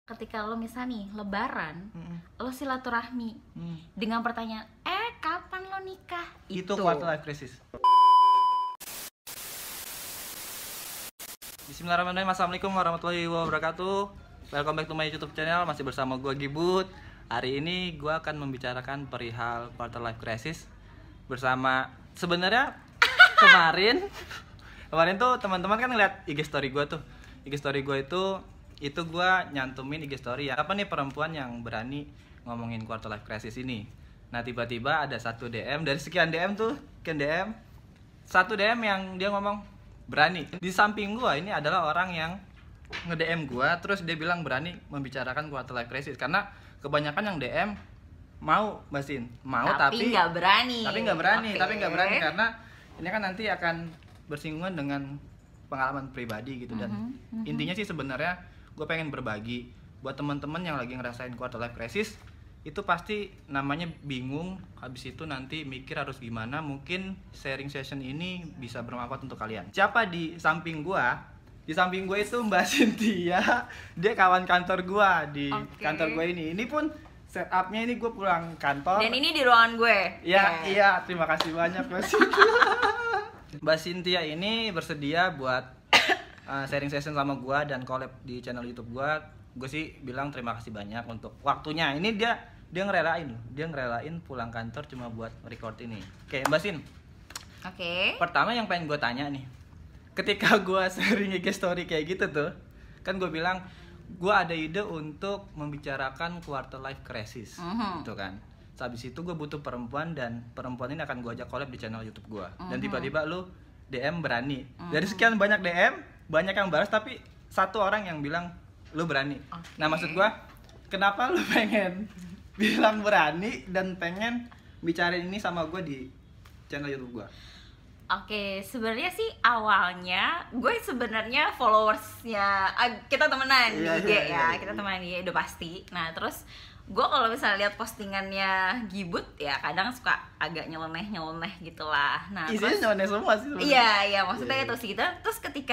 ketika lo misalnya nih lebaran, lo silaturahmi dengan pertanyaan, kapan lo nikah? Itu quarter life crisis. Bismillahirrahmanirrahim. Assalamualaikum warahmatullahi wabarakatuh. Welcome back to my YouTube channel. Masih bersama gue Gibut. Hari ini gue akan membicarakan perihal quarter life crisis bersama sebenarnya kemarin tuh teman-teman kan ngeliat IG story gue tuh. IG story gue itu gue nyantumin IG story ya. Apa nih perempuan yang berani ngomongin quarter life crisis ini? Nah tiba-tiba ada satu DM dari sekian DM tuh, satu DM yang dia ngomong berani. Di samping gue ini adalah orang yang nge-DM gue, terus dia bilang berani membicarakan quarter life crisis karena kebanyakan yang DM mau basin, mau tapi nggak berani. Tapi nggak berani karena ini kan nanti akan bersinggungan dengan pengalaman pribadi gitu. Dan intinya sih sebenarnya gue pengen berbagi buat teman-teman yang lagi ngerasain quarter life crisis. Itu pasti namanya bingung, habis itu nanti mikir harus gimana. Mungkin sharing session ini bisa bermanfaat untuk kalian. Siapa di samping gua? Di samping gue itu Mbak Cynthia. Dia kawan kantor gua di kantor gue ini. Ini pun setupnya ini gue pulang kantor. Dan ini di ruangan gue. Iya, terima kasih banyak Mbak Cynthia. Mbak Cynthia ini bersedia buat sharing session sama gua dan collab di channel YouTube gua. Gue sih bilang terima kasih banyak untuk waktunya. Ini dia ngerelain pulang kantor cuma buat record ini. Oke, Mbak Sin. Oke. Pertama yang pengen gue tanya nih, ketika gue sharing IG story kayak gitu tuh, kan gue bilang gue ada ide untuk membicarakan quarter life crisis, gitu kan. Habis itu gue butuh perempuan dan perempuan ini akan gue ajak collab di channel YouTube gue. Dan tiba-tiba lu DM berani. Dari sekian banyak DM, banyak yang balas tapi satu orang yang bilang lu berani. Nah maksud gue, kenapa lu pengen bilang berani dan pengen bicarain ini sama gue di channel YouTube gue? Oke, sebenarnya sih awalnya gue sebenarnya followersnya kita temenan di IG ya, kita temenan di IG udah pasti. Nah terus gue kalau misalnya lihat postingannya Gibut ya kadang suka agak nyeleneh gitulah. Nah isinya nyeleneh semua sih sebenernya. Iya maksudnya itu sih gitu. Terus ketika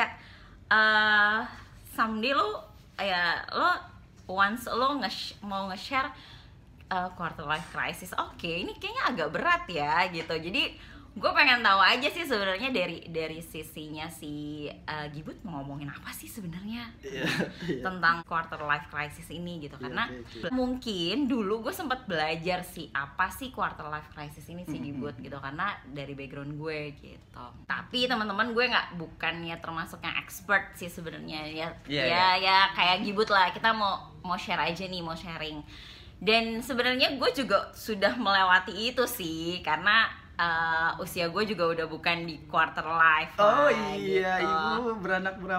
someday lo once lo mau nge-share quarter life crisis, oke, ini kayaknya agak berat ya gitu. Jadi gue pengen tahu aja sih sebenarnya dari sisinya si Gibut mau ngomongin apa sih sebenarnya tentang quarter life crisis ini gitu. Karena mungkin dulu gue sempat belajar sih apa sih quarter life crisis ini si Gibut gitu, karena dari background gue gitu. Tapi teman-teman gue bukannya termasuk yang expert sih sebenarnya ya kayak Gibut lah, kita mau share aja nih, mau sharing. Dan sebenarnya gue juga sudah melewati itu sih karena usia gue juga udah bukan di quarter life. Oh iya, gitu. Ibu beranak berapa?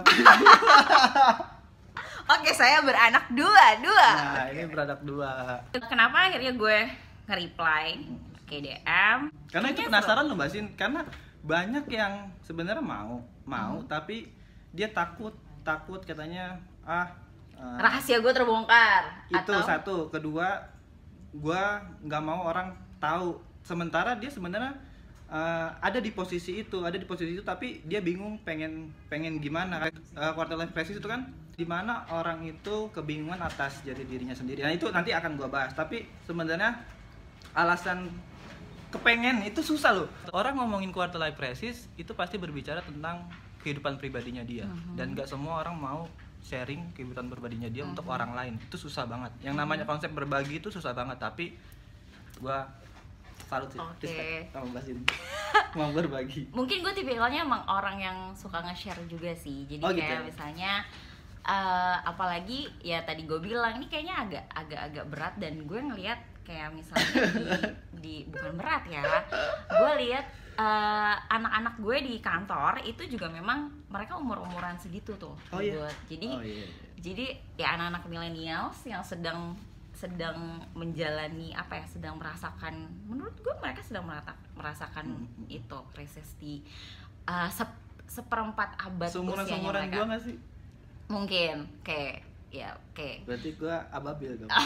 Oke, saya beranak dua. Nah, ini beranak dua. Kenapa akhirnya gue nge-reply ke DM? Karena itu penasaran loh Mbak Sin, karena banyak yang sebenarnya mau tapi dia takut katanya rahasia gue terbongkar. Itu satu, kedua gue nggak mau orang tahu. Sementara dia sebenarnya ada di posisi itu tapi dia bingung pengen gimana. Quarter life crisis itu kan dimana orang itu kebingungan atas jati dirinya sendiri. Nah itu nanti akan gua bahas. Tapi sebenarnya alasan kepengen itu susah loh. Orang ngomongin quarter life crisis itu pasti berbicara tentang kehidupan pribadinya dia. Dan gak semua orang mau sharing kehidupan pribadinya dia untuk orang lain. Itu susah banget. Yang namanya konsep berbagi itu susah banget. Tapi gua salut sih, sama Mbak Sin mau berbagi. Mungkin gue tipikalnya emang orang yang suka nge-share juga sih. Jadi kayak gitu. Misalnya apalagi ya tadi gue bilang ini kayaknya agak berat, dan gue ngelihat kayak misalnya di bukan berat ya, gue lihat anak-anak gue di kantor itu juga memang mereka umur-umuran segitu tuh. Jadi ya anak-anak millennials yang sedang menjalani sedang merasakan, menurut gue mereka sedang merasakan itu krisis di seperempat abad usianya mereka. Gue nggak sih? Mungkin berarti gue ababil dong.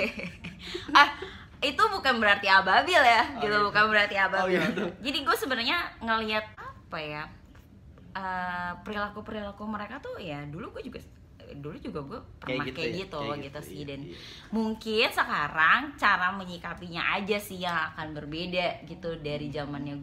Itu bukan berarti ababil ya bukan berarti ababil. Jadi gue sebenarnya ngelihat perilaku mereka tuh ya dulu gue juga dulu juga gue pernah kayak gitu sih. iya, Dan iya. mungkin sekarang cara menyikapinya aja sih yang akan berbeda gitu dari zaman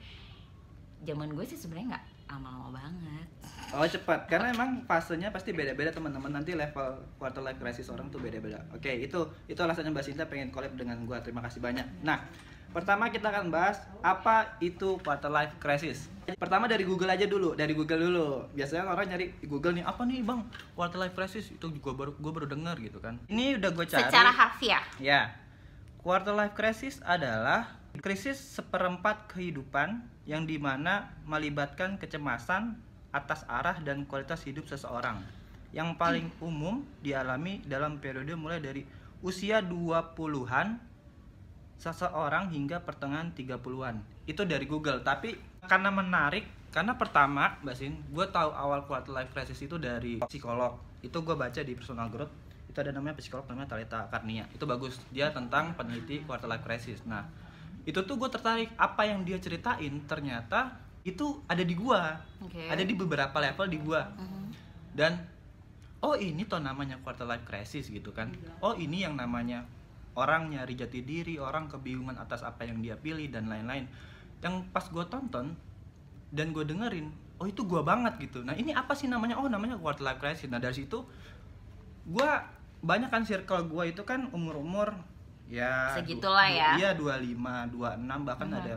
gue sih sebenarnya nggak lama-lama banget. Oh cepat, karena emang fasenya pasti beda-beda teman-teman. Nanti level quarter life crisis orang tuh beda-beda. Oke, itu alasannya Mbak Sinta pengen collab dengan gua. Terima kasih banyak. Nah, pertama kita akan bahas apa itu quarter life crisis. Pertama dari Google aja dulu, Biasanya orang nyari di Google nih, apa nih bang quarter life crisis? Itu gua baru dengar gitu kan. Ini udah gue cari. Secara harfiah. Ya, quarter life crisis adalah krisis seperempat kehidupan yang dimana melibatkan kecemasan atas arah dan kualitas hidup seseorang yang paling umum dialami dalam periode mulai dari usia 20-an seseorang hingga pertengahan 30-an. Itu dari Google. Tapi karena menarik, karena pertama Mbak Sin, gue tahu awal quarter life crisis itu dari psikolog. Itu gue baca di Personal Growth. Itu ada namanya psikolog namanya Talita Karnia. Itu bagus. Dia tentang peneliti quarter life crisis. Nah, itu tuh gue tertarik apa yang dia ceritain ternyata itu ada di gua, ada di beberapa level di gua. Dan oh ini toh namanya quarter life crisis gitu kan. Oh ini yang namanya orang nyari jati diri, orang kebingungan atas apa yang dia pilih dan lain-lain. Yang pas gua tonton dan gua dengerin, oh itu gua banget gitu. Nah ini apa sih namanya? Oh namanya quarter life crisis. Nah dari situ gua banyak kan circle gua itu kan umur-umur ya segitulah ya. Iya 25, 26 bahkan ada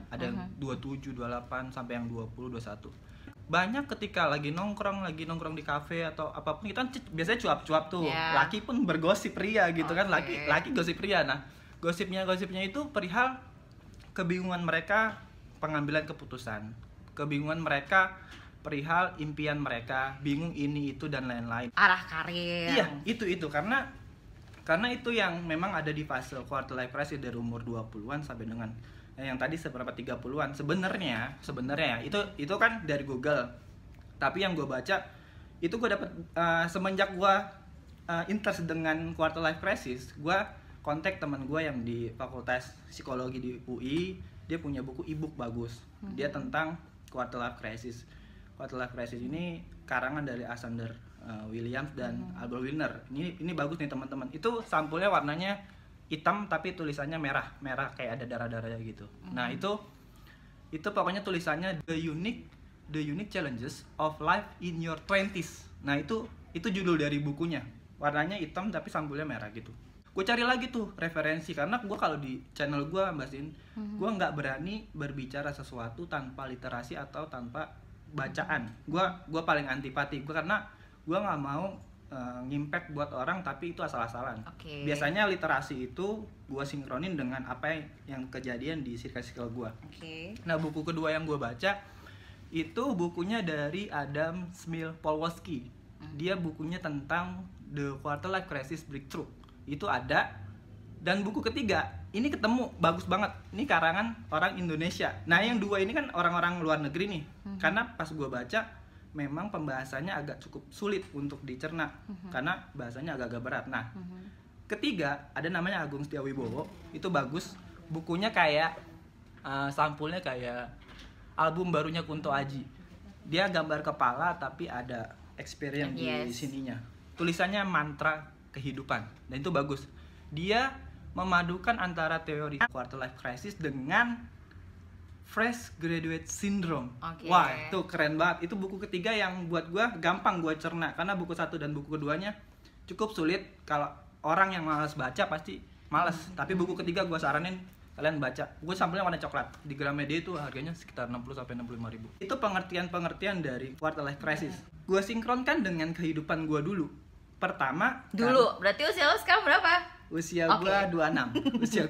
27, 28 sampai yang 20, 21. Banyak ketika lagi nongkrong di kafe atau apapun kita kan biasanya cuap-cuap tuh. Yeah. Laki pun bergosip pria gitu kan. Laki gosip pria. Nah, gosipnya itu perihal kebingungan mereka pengambilan keputusan. Kebingungan mereka perihal impian mereka, bingung ini itu dan lain-lain. Arah karir. Iya, itu karena itu yang memang ada di fase quarter life crisis dari umur 20-an sampai dengan yang tadi seberapa 30-an. Sebenarnya ya, itu kan dari Google. Tapi yang gue baca itu gue dapat semenjak gue interest dengan quarter life crisis, gue kontak teman gue yang di Fakultas Psikologi di UI. Dia punya buku e-book bagus. Dia tentang quarter life crisis. Quarter life crisis ini karangan dari Alexander Williams dan Albert Wilner. Ini bagus nih teman-teman. Itu sampulnya warnanya hitam tapi tulisannya merah kayak ada darah-darahnya gitu. Nah, itu pokoknya tulisannya the unique challenges of life in your 20s. Nah, itu judul dari bukunya. Warnanya hitam tapi sampulnya merah gitu. Gue cari lagi tuh referensi karena gue kalau di channel gue Mbak Sin, gue nggak berani berbicara sesuatu tanpa literasi atau tanpa bacaan. Gue paling antipati gue karena gue nggak mau ngimpact buat orang tapi itu asal-asalan. Biasanya literasi itu gue sinkronin dengan apa yang kejadian di circle gue. Nah buku kedua yang gue baca itu bukunya dari Adam Smil-Polwowski. Dia bukunya tentang The Quarter Life Crisis Breakthrough. Itu ada. Dan buku ketiga ini ketemu bagus banget. Ini karangan orang Indonesia. Nah yang dua ini kan orang-orang luar negeri nih. Karena pas gue baca memang pembahasannya agak cukup sulit untuk dicerna karena bahasanya agak-agak berat. Nah, ketiga ada namanya Agung Setiawibowo, itu bagus. Bukunya kayak sampulnya kayak album barunya Kunto Aji. Dia gambar kepala tapi ada experience di sininya. Tulisannya mantra kehidupan. Dan itu bagus. Dia memadukan antara teori quarter life crisis dengan fresh graduate syndrome. Wah, itu keren banget. Itu buku ketiga yang buat gue gampang gue cerna karena buku satu dan buku keduanya cukup sulit. Kalau orang yang malas baca pasti malas. Tapi buku ketiga gue saranin kalian baca. Gue sampulnya warna coklat. Di Gramedia itu harganya sekitar 60 sampai 65 ribu. Itu pengertian dari quarter life crisis. Gue sinkronkan dengan kehidupan gue dulu. Pertama, berarti usia lo sekarang berapa? Usia gue 26.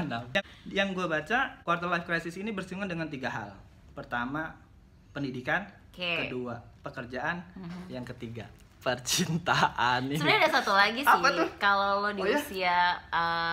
Yang gue baca, quarter life crisis ini bersinggungan dengan 3 hal. Pertama, pendidikan. Kedua, pekerjaan. Yang ketiga, percintaan. Sebenarnya ada satu lagi sih. Kalau lo di usia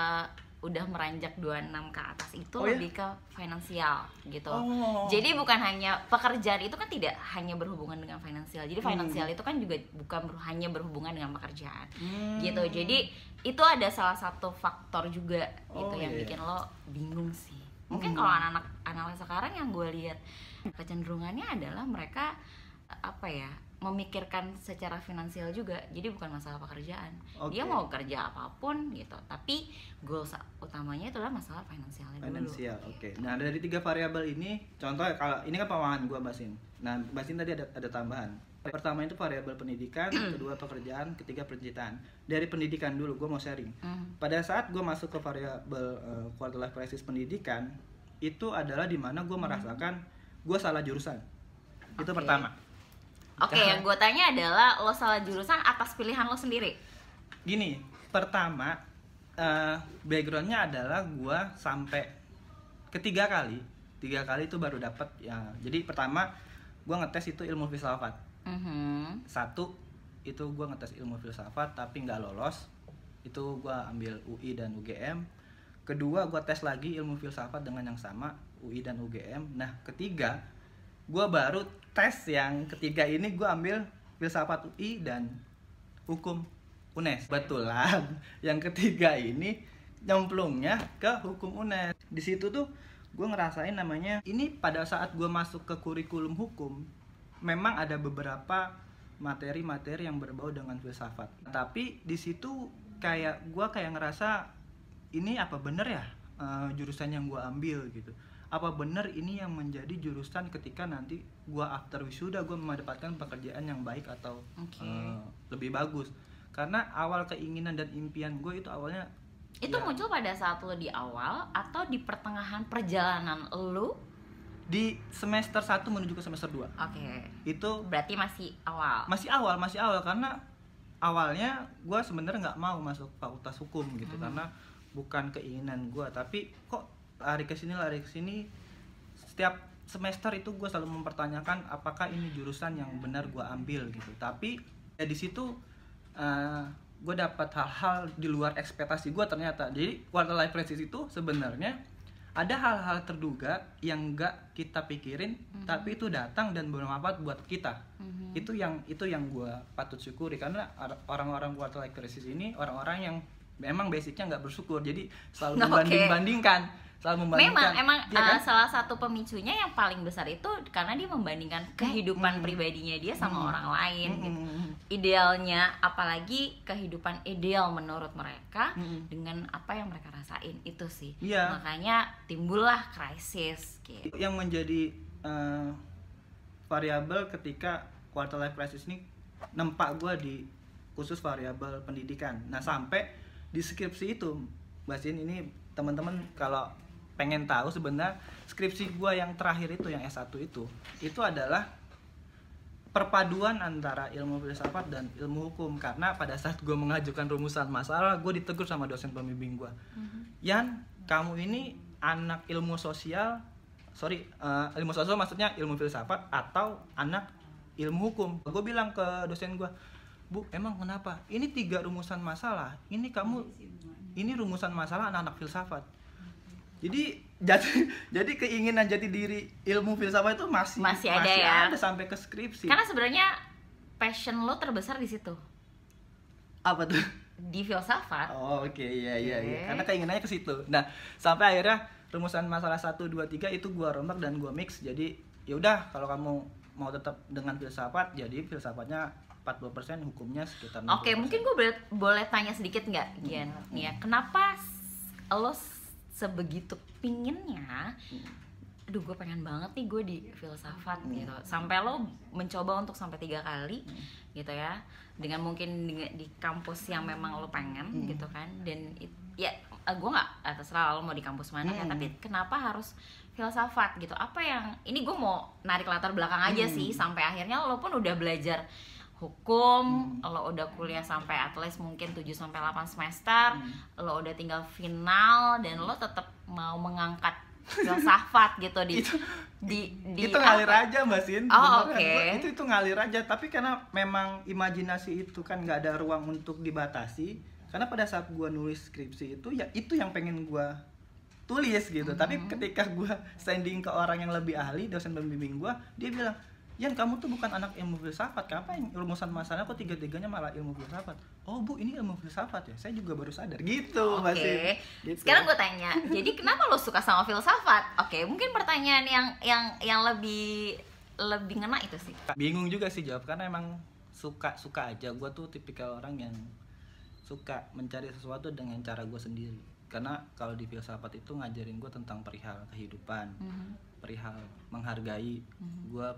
udah meranjak 26 ke atas itu lebih ke finansial gitu. Jadi bukan hanya pekerjaan itu kan tidak hanya berhubungan dengan finansial. Jadi finansial itu kan juga bukan hanya berhubungan dengan pekerjaan. Gitu. Jadi itu ada salah satu faktor juga gitu yang bikin lo bingung sih. Mungkin kalau anak-anak sekarang yang gue lihat kecenderungannya adalah mereka memikirkan secara finansial juga. Jadi bukan masalah pekerjaan. Oke. Dia mau kerja apapun gitu, tapi goals utamanya itu adalah masalah finansialnya dulu. Finansial, oke. Nah, dari 3 variabel ini, contoh kalau ini kan pemahaman gua, Basin. Nah, Basin tadi ada tambahan. Pertama itu variabel pendidikan, kedua pekerjaan, ketiga percintaan. Dari pendidikan dulu, gua mau sharing. Pada saat gua masuk ke variabel quarter life crisis pendidikan, itu adalah dimana gua merasakan gua salah jurusan. Itu Oke. pertama. Oke, yang gue tanya adalah lo salah jurusan atas pilihan lo sendiri. Gini, pertama backgroundnya adalah gua sampai tiga kali itu baru dapat ya. Jadi pertama gua ngetes itu ilmu filsafat. Satu itu gua ngetes ilmu filsafat tapi nggak lolos. Itu gua ambil UI dan UGM. Kedua gua tes lagi ilmu filsafat dengan yang sama UI dan UGM. Nah ketiga gua baru tes yang ketiga ini gua ambil filsafat UI dan hukum UNES. Betulan yang ketiga ini nyemplungnya ke hukum UNES. Di situ tuh gue ngerasain namanya ini pada saat gue masuk ke kurikulum hukum memang ada beberapa materi-materi yang berbau dengan filsafat. Tapi di situ gue kayak ngerasa ini apa bener ya jurusan yang gue ambil gitu. Apa bener ini yang menjadi jurusan ketika nanti gue after wisuda gue mendapatkan pekerjaan yang baik atau lebih bagus. Karena awal keinginan dan impian gue itu awalnya itu muncul pada saat lo di awal atau di pertengahan perjalanan lo? Di semester 1 menuju ke semester 2. Oke. Itu berarti masih awal. Masih awal karena awalnya gue sebenarnya nggak mau masuk fakultas hukum gitu karena bukan keinginan gue, tapi kok lari ke sini setiap semester itu gue selalu mempertanyakan apakah ini jurusan yang benar gue ambil gitu. Tapi ya di situ gue dapat hal-hal di luar ekspektasi gue ternyata. Jadi quarter life crisis itu sebenarnya ada hal-hal terduga yang nggak kita pikirin, tapi itu datang dan bermanfaat buat kita. Itu yang gue patut syukuri karena orang-orang quarter life crisis ini orang-orang yang memang basicnya nggak bersyukur, jadi selalu membanding-bandingkan. Memang ya kan? salah satu pemicunya yang paling besar itu karena dia membandingkan kehidupan pribadinya dia sama orang lain gitu. Idealnya, apalagi kehidupan ideal menurut mereka dengan apa yang mereka rasain itu sih. Makanya timbullah krisis gitu. Yang menjadi variabel ketika quarter life crisis ini nempak gue di khusus variabel pendidikan. Nah sampai di skripsi itu, Basin ini teman-teman kalau pengen tahu sebenarnya skripsi gue yang terakhir itu yang S1 itu adalah perpaduan antara ilmu filsafat dan ilmu hukum. Karena pada saat gue mengajukan rumusan masalah, gue ditegur sama dosen pembimbing gue, Yan, kamu ini anak ilmu sosial maksudnya ilmu filsafat atau anak ilmu hukum. Gue bilang ke dosen gue, Bu, emang kenapa? Ini 3 rumusan masalah, ini rumusan masalah anak-anak filsafat. Jadi keinginan jati diri ilmu filsafat itu masih ada sampai ke skripsi. Karena sebenarnya passion lo terbesar di situ. Apa tuh? Di filsafat. Oh, oke, iya. Karena keinginannya ke situ. Nah, sampai akhirnya rumusan masalah 1 2 3 itu gua rombak dan gua mix. Jadi, ya udah kalau kamu mau tetap dengan filsafat, jadi filsafatnya 40%, hukumnya sekitar 60%. Oke, mungkin gue boleh tanya sedikit nggak, Gian? Nih ya, kenapa lo sebegitu pinginnya? Aduh, gue pengen banget nih gue di filsafat gitu. Sampai lo mencoba untuk sampai 3 kali gitu ya. Dengan mungkin di kampus yang memang lo pengen gitu kan. Dan ya gue nggak terserah lo mau di kampus mana ya. Tapi kenapa harus filsafat gitu? Apa yang ini gue mau narik latar belakang aja sih. Sampai akhirnya lo pun udah belajar hukum, lo udah kuliah sampai at least mungkin 7-8 semester, lo udah tinggal final dan lo tetap mau mengangkat filsafat gitu itu ngalir aja Mbak Sin. Oh, oke. Itu ngalir aja, tapi karena memang imajinasi itu kan nggak ada ruang untuk dibatasi. Karena pada saat gua nulis skripsi itu yang pengen gua tulis gitu. Tapi ketika gua sending ke orang yang lebih ahli, dosen pembimbing gua, dia bilang, Yan, kamu tuh bukan anak ilmu filsafat, kenapa yang rumusan masalahnya kok 3-3-nya malah ilmu filsafat? Oh Bu, ini ilmu filsafat ya, saya juga baru sadar gitu. Oke. Gitu. Sekarang gue tanya, jadi kenapa lo suka sama filsafat? Oke, mungkin pertanyaan yang lebih lebih ngena itu sih. Bingung juga sih jawab, karena emang suka aja. Gue tuh tipikal orang yang suka mencari sesuatu dengan cara gue sendiri. Karena kalau di filsafat itu ngajarin gue tentang perihal kehidupan, perihal menghargai. Gue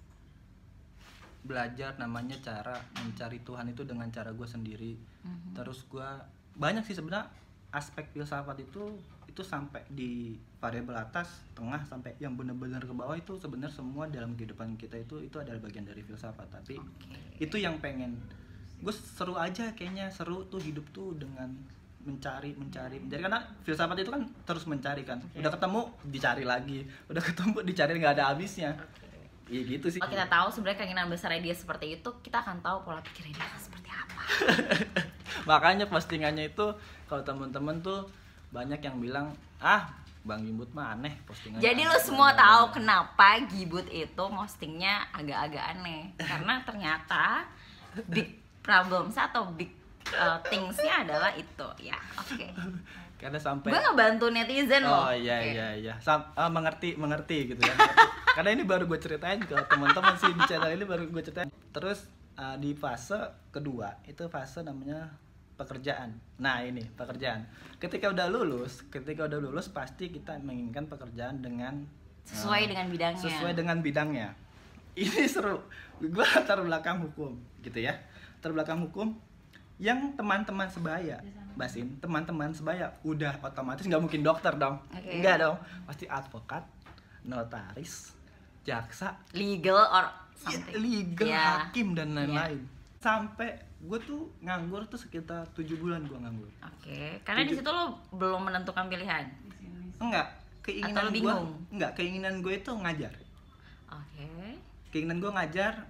belajar namanya cara mencari Tuhan itu dengan cara gue sendiri. Terus gue banyak sih sebenarnya aspek filsafat itu sampai di variabel atas, tengah, sampai yang benar-benar ke bawah itu sebenarnya semua dalam kehidupan kita itu adalah bagian dari filsafat. Tapi itu yang pengen gue, seru aja kayaknya, seru tuh hidup tuh dengan mencari karena filsafat itu kan terus mencari kan. Udah ketemu dicari lagi, udah ketemu dicari, nggak ada habisnya. Iya gitu sih. Kalau kita tahu sebenarnya keinginan besarnya dia seperti itu, kita akan tahu pola pikirnya dia seperti apa. Makanya postingannya itu kalau temen-temen tuh banyak yang bilang, Bang Gibut mah aneh postingannya. Jadi lu semua tahu kenapa Gibut itu postingnya agak-agak aneh. Karena ternyata big problems atau big things-nya adalah itu ya. Oke. Karena sampai gue ngebantu netizen loh. Oh iya. Mengerti gitu ya. Karena ini baru gue ceritain ke teman-teman sih, di channel ini baru gue ceritain. Terus di fase kedua itu fase namanya pekerjaan. Nah ini pekerjaan. Ketika udah lulus pasti kita menginginkan pekerjaan dengan sesuai dengan bidangnya. Ini seru. Gue latar belakang hukum gitu ya. Latar belakang hukum yang teman-teman sebaya, Basin, teman-teman sebaya udah otomatis nggak mungkin dokter dong. Enggak dong. Pasti advokat, notaris, jaksa, legal or something. Hakim dan lain-lain. Sampai gue tuh nganggur tuh sekitar 7 bulan gue nganggur. Karena di situ lo belum menentukan pilihan. Enggak, keinginan gue itu ngajar. Keinginan gue ngajar.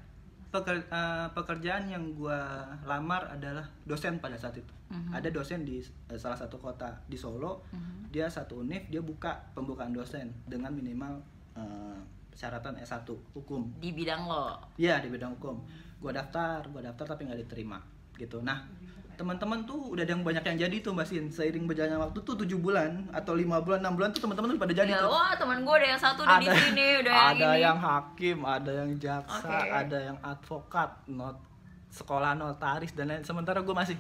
Pekerjaan yang gue lamar adalah dosen pada saat itu. Ada dosen di salah satu kota di Solo. Dia satu univ, dia buka pembukaan dosen dengan minimal persyaratan S1 hukum. Di bidang lo? Iya, di bidang hukum. Gue daftar tapi nggak diterima gitu. Nah, teman-teman tuh udah ada yang banyak yang jadi tuh Mbak Sin. Seiring berjalannya waktu tuh 7 bulan atau 5 bulan, 6 bulan tuh teman-teman tuh pada jadi tuh. Wah, teman gue ada yang satu udah di sini, udah yang ini. Ada yang hakim, ada yang jaksa, ada yang advokat, sekolah notaris dan lain. Sementara gue masih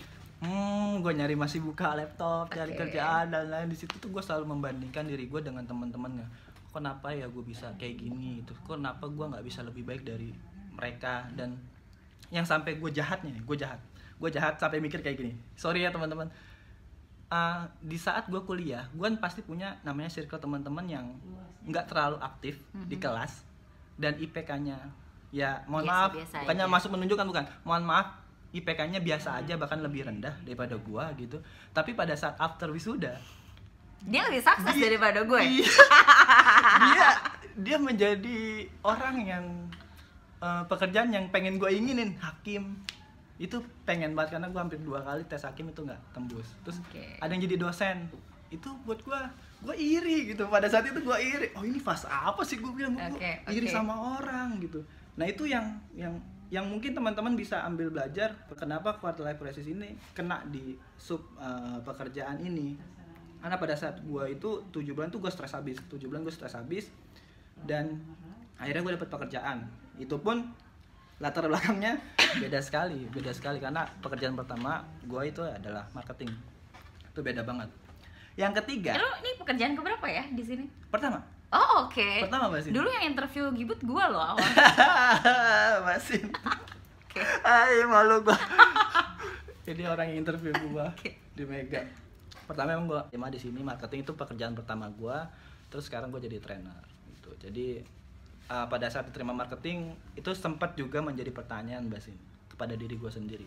gue masih buka laptop, cari kerjaan dan lain. Di situ tuh gue selalu membandingkan diri gue dengan teman-temannya. Kenapa ya gue bisa kayak gini itu? Kenapa gue nggak bisa lebih baik dari mereka? Dan yang sampai gue jahat sampai mikir kayak gini. Sorry ya teman-teman. Di saat gue kuliah, gue kan pasti punya namanya circle teman-teman yang nggak terlalu aktif di kelas dan IPK-nya ya mohon maaf, bukannya masuk menunjukkan, bukan. Mohon maaf, IPK-nya biasa aja, bahkan lebih rendah daripada gue gitu. Tapi pada saat after wisuda, dia lebih sukses daripada gue. Dia menjadi orang yang pekerjaan yang pengen gue inginin, hakim. Itu pengen banget karena gue hampir 2 kali tes hakim itu nggak tembus. Terus ada yang jadi dosen, itu buat gue iri gitu. Pada saat itu gue iri, ini fase apa sih, gue bilang gue iri sama orang gitu. Nah itu yang mungkin teman-teman bisa ambil belajar kenapa quarter life crisis ini kena di sub pekerjaan ini. Karena pada saat gue itu 7 bulan tuh gue stres habis, dan akhirnya gue dapet pekerjaan. Itu pun latar belakangnya beda sekali karena pekerjaan pertama gue itu adalah marketing. Itu beda banget. Yang ketiga, lu ini pekerjaan keberapa ya di sini? Pertama. Oh oke. Pertama Mbak Sin. Dulu yang interview Gibut gue loh awal. Mbak Sin. Ay malu gue. Jadi orang yang interview gue di Mega. Pertama emang gue di sini marketing itu pekerjaan pertama gue. Terus sekarang gue jadi trainer gitu. Jadi pada saat diterima marketing itu sempat juga menjadi pertanyaan Mbak Sin kepada diri gue sendiri.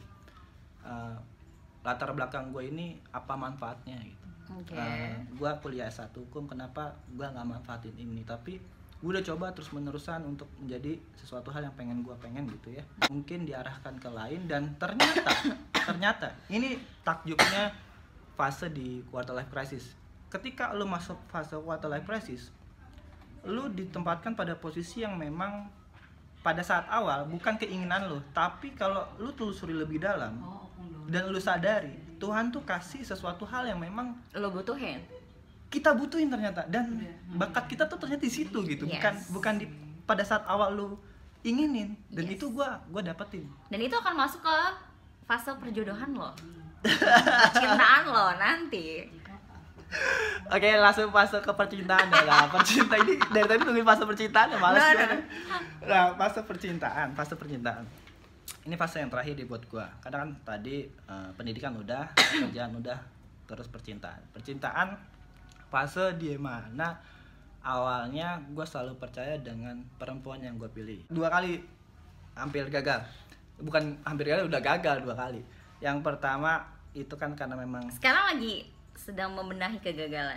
Latar belakang gue ini apa manfaatnya gitu. Gue kuliah S1 hukum, kenapa gue nggak manfaatin ini? Tapi gue udah coba terus menerusan untuk menjadi sesuatu hal yang pengen gitu ya. Mungkin diarahkan ke lain, dan ternyata ini takjubnya fase di quarter life crisis. Ketika lo masuk fase quarter life crisis, lu ditempatkan pada posisi yang memang pada saat awal bukan keinginan lu, tapi kalau lu telusuri lebih dalam dan lu sadari Tuhan tuh kasih sesuatu hal yang memang lu butuhin. Kita butuhin ternyata, dan bakat kita tuh ternyata di situ gitu. Bukan di pada saat awal lu inginin, dan Yes. itu gua dapetin. Dan itu akan masuk ke fase perjodohan lo, percintaan lo nanti. Oke, langsung fase ke percintaan ya lah. Percinta ini dari tadi nungguin fase percintaan ya, males Nah, gue. nah. Nah, fase percintaan. Ini fase yang terakhir dibuat gua. Karena kan tadi pendidikan udah, kerjaan udah, terus percintaan. Percintaan fase di mana awalnya gua selalu percaya dengan perempuan yang gue pilih. 2 kali hampir gagal. Bukan hampir gagal, udah gagal 2 kali. Yang pertama itu kan karena memang Sekarang lagi sedang membenahi kegagalan.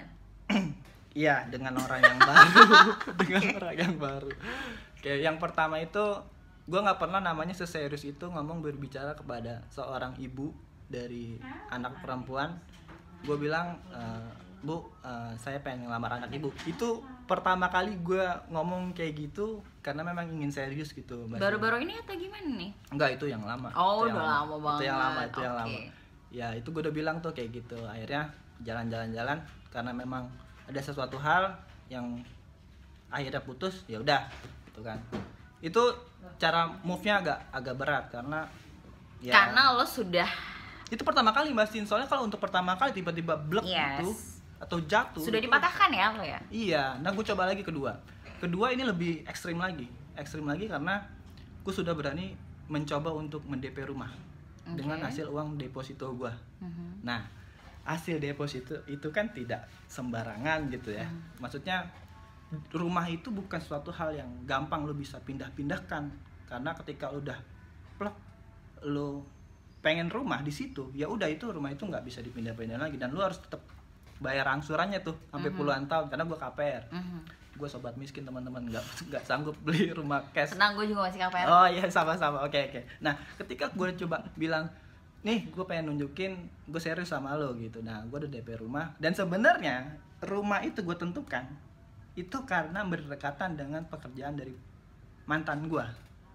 iya, dengan orang yang baru. Dengan orang yang baru. Kayak yang pertama itu gue nggak pernah namanya seserius itu ngomong berbicara kepada seorang ibu dari anak perempuan. Gue bilang, Bu, saya pengen ngelamar anak ibu. Itu pertama kali gue ngomong kayak gitu karena memang ingin serius gitu. Mbak. Baru-baru ini atau gimana nih? Enggak, itu yang lama. Oh, Itu yang udah lama banget. Itu yang lama, itu yang Oke. lama. Ya, itu gue udah bilang tuh kayak gitu. Akhirnya jalan-jalan karena memang ada sesuatu hal yang akhirnya putus, ya udah gitu kan. Itu cara move-nya agak berat karena ya Karena lo sudah itu pertama kali Mbak Sin. Soalnya kalau untuk pertama kali tiba-tiba blek Yes. gitu atau jatuh sudah itu- dipatahkan ya lo ya. Iya, nah gue coba lagi kedua ini lebih ekstrim lagi karena gue sudah berani mencoba untuk mendp rumah Oke. dengan hasil uang deposito gue. Mhm. Nah, hasil deposito itu kan tidak sembarangan gitu ya. Maksudnya rumah itu bukan suatu hal yang gampang lo bisa pindah-pindahkan, karena ketika lo udah plek lo pengen rumah di situ, ya udah itu rumah itu nggak bisa dipindah-pindah lagi, dan lo harus tetap bayar angsurannya tuh sampai puluhan tahun. Karena gue KPR, Mhm. gue sobat miskin teman-teman, nggak sanggup beli rumah cash. Tenang, gue juga masih KPR. Oh iya, sama-sama. Oke. Nah, ketika gue coba bilang, nih gue pengen nunjukin gue serius sama lo gitu. Nah, gue udah DP rumah, dan sebenarnya rumah itu gue tentukan itu karena berdekatan dengan pekerjaan dari mantan gue.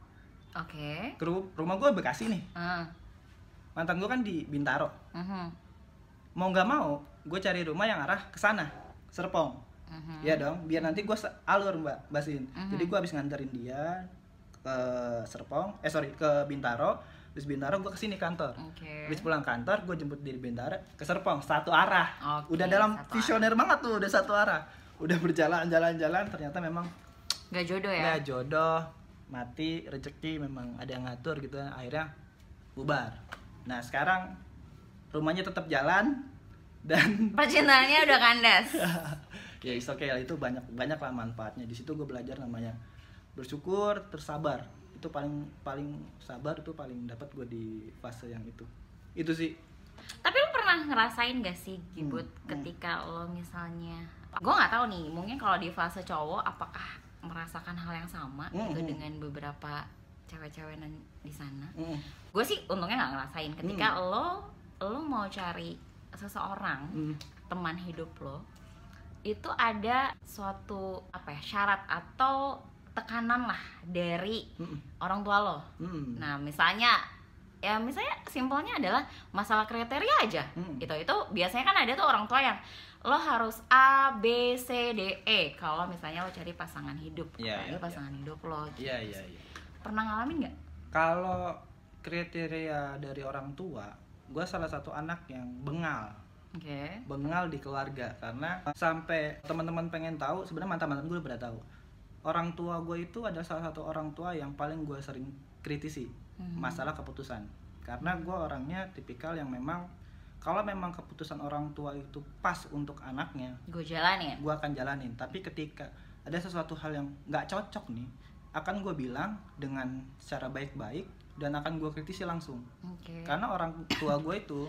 Oke. Rumah gue Bekasi nih, Ah. mantan gue kan di Bintaro. Mhm. Mau nggak mau, gue cari rumah yang arah ke sana, Serpong. Mhm. Iya dong, biar nanti gue alur Mbak Basin. Mhm. Jadi gue habis nganterin dia ke Serpong, ke Bintaro. Habis Bintaro gue kesini kantor. Oke. Habis pulang kantor gue jemput di Bintaro ke Serpong, satu arah. Oke, Udah dalam satu visioner banget tuh, udah satu arah. Udah berjalan-jalan, ternyata memang Gak jodoh ya ya. jodoh, mati, rezeki memang ada yang ngatur gitu. Akhirnya bubar. Nah sekarang rumahnya tetap jalan dan Percintaannya udah kandas. ya is okay lah, itu banyak lah manfaatnya. Di situ gue belajar namanya bersyukur, tersabar. Itu paling sabar itu paling dapat gue di fase yang itu sih. Tapi lo pernah ngerasain gak sih Gibut ketika lo misalnya, gue nggak tahu nih, mungkin kalau di fase cowok apakah merasakan hal yang sama gitu dengan beberapa cewek-cewek di sana. Gue sih untungnya nggak ngerasain ketika lo mau cari seseorang teman hidup lo, itu ada suatu syarat atau tekanan lah dari orang tua lo. Nah misalnya simpelnya adalah masalah kriteria aja. Itu biasanya kan ada tuh orang tua yang lo harus A, B, C, D, E kalau misalnya lo cari pasangan hidup, pasangan hidup lo gitu. Iya. Pernah ngalamin nggak? Kalau kriteria dari orang tua, gue salah satu anak yang bengal. Oke. Bengal di keluarga, karena sampai teman-teman pengen tahu, sebenarnya mantan-mantan gue udah pada tahu. Orang tua gue itu adalah salah satu orang tua yang paling gue sering kritisi masalah keputusan. Karena gue orangnya tipikal yang memang kalau memang keputusan orang tua itu pas untuk anaknya, Gue jalanin. gue akan jalanin. Tapi ketika ada sesuatu hal yang nggak cocok nih, akan gue bilang dengan secara baik-baik dan akan gue kritisi langsung. Oke. Karena orang tua gue itu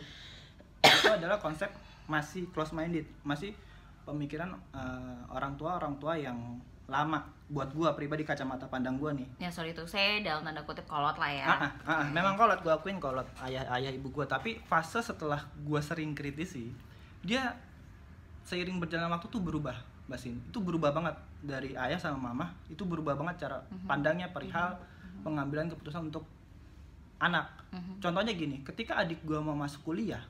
adalah konsep masih close minded, masih pemikiran orang tua yang lama buat gue pribadi, kacamata pandang gue nih. Ya sorry tuh, saya dalam tanda kutip kolot lah ya. Memang kolot, gue akuin kolot ayah ibu gue. Tapi fase setelah gue sering kritisi, dia seiring berjalan waktu tuh berubah, Basin. Itu berubah banget dari ayah sama mama. Itu berubah banget cara pandangnya perihal pengambilan keputusan untuk anak. Contohnya gini, ketika adik gue mau masuk kuliah,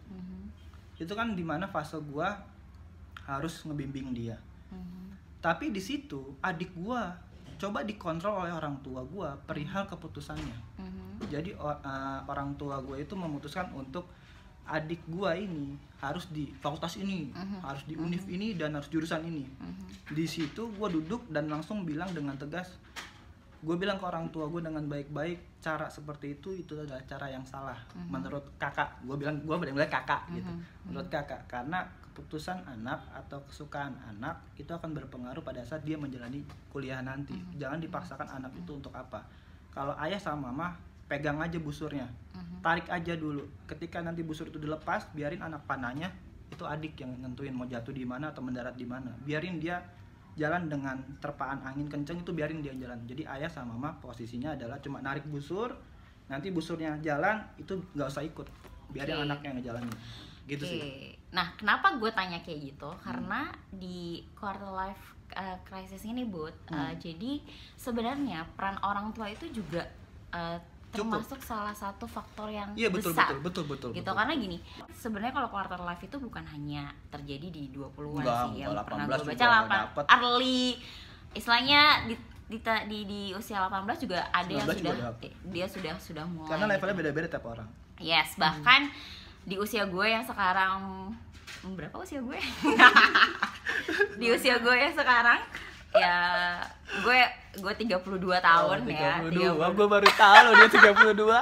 itu kan dimana fase gue harus ngebimbing dia. Tapi di situ adik gue coba dikontrol oleh orang tua gue perihal keputusannya. Jadi orang tua gue itu memutuskan untuk adik gue ini harus di fakultas ini, harus di univ ini, dan harus jurusan ini. Di situ gue duduk dan langsung bilang dengan tegas, gue bilang ke orang tua gue dengan baik-baik, cara seperti itu adalah cara yang salah menurut kakak. Gue bilang kakak gitu, menurut kakak, karena keputusan anak atau kesukaan anak itu akan berpengaruh pada saat dia menjalani kuliah nanti. Jangan dipaksakan anak itu untuk apa. Kalau ayah sama mama, pegang aja busurnya, tarik aja dulu. Ketika nanti busur itu dilepas, biarin anak panahnya itu adik yang nentuin mau jatuh di mana atau mendarat di mana. Biarin dia jalan dengan terpaan angin kenceng, itu biarin dia jalan. Jadi ayah sama mama posisinya adalah cuma narik busur, nanti busurnya jalan itu nggak usah ikut, biarin anaknya ngejalanin. Gitu sih. Nah, kenapa gue tanya kayak gitu? Karena di quarter life crisis ini, Bud, jadi sebenarnya peran orang tua itu juga termasuk salah satu faktor yang besar. Betul. Gitu, karena gini, sebenarnya kalau quarter life itu bukan hanya terjadi di 20-an sih, yang pernah gue baca early, istilahnya di usia 18 juga ada yang sudah mulai. Karena levelnya beda-beda tiap orang. Yes, bahkan di usia gue yang sekarang, berapa usia gue? Di usia gue yang sekarang ya gue 32 tahun. 32. Ya 32. Gue baru tahu loh dia 32.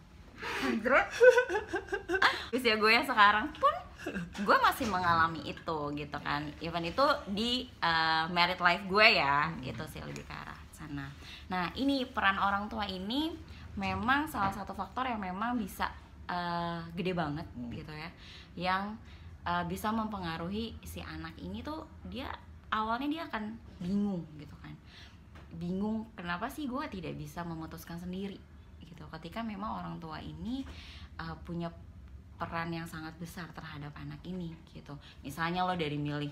Usia gue yang sekarang pun gue masih mengalami itu gitu kan, even itu di married life gue ya, itu sih lebih ke arah sana. Nah, ini peran orang tua ini memang salah satu faktor yang memang bisa gede banget gitu ya, yang bisa mempengaruhi si anak ini tuh. Dia awalnya dia akan bingung gitu kan, bingung kenapa sih gue tidak bisa memutuskan sendiri gitu, ketika memang orang tua ini punya peran yang sangat besar terhadap anak ini gitu. Misalnya lo dari milih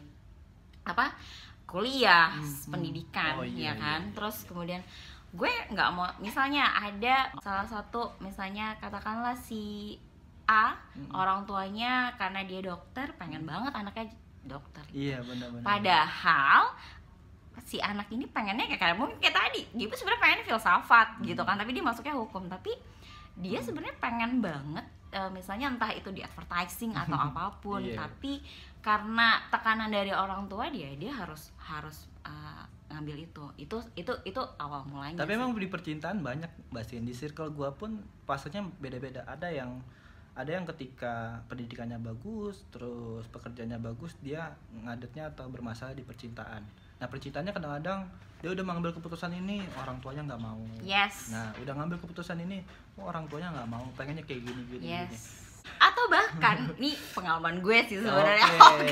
kuliah, pendidikan, ya kan. Terus kemudian gue nggak mau, misalnya ada salah satu, misalnya katakanlah si A, orang tuanya karena dia dokter pengen banget anaknya dokter. Iya, benar-benar. Padahal si anak ini pengennya kayak mungkin kayak tadi, dia pun sebenarnya pengen filsafat gitu kan, tapi dia masuknya hukum. Tapi dia sebenarnya pengen banget misalnya entah itu di advertising atau apapun, tapi karena tekanan dari orang tua dia harus ngambil itu awal mulanya. Tapi emang di percintaan banyak bahasin, di circle gua pun pasanya beda-beda. Ada yang ketika pendidikannya bagus, terus pekerjaannya bagus, dia ngadetnya atau bermasalah di percintaan. Nah, percintaannya kadang-kadang dia udah mengambil keputusan ini, orang tuanya nggak mau. Yes. Nah, udah ngambil keputusan ini, orang tuanya nggak mau, pengennya kayak gini. Yes. Atau bahkan nih pengalaman gue sih sebenarnya.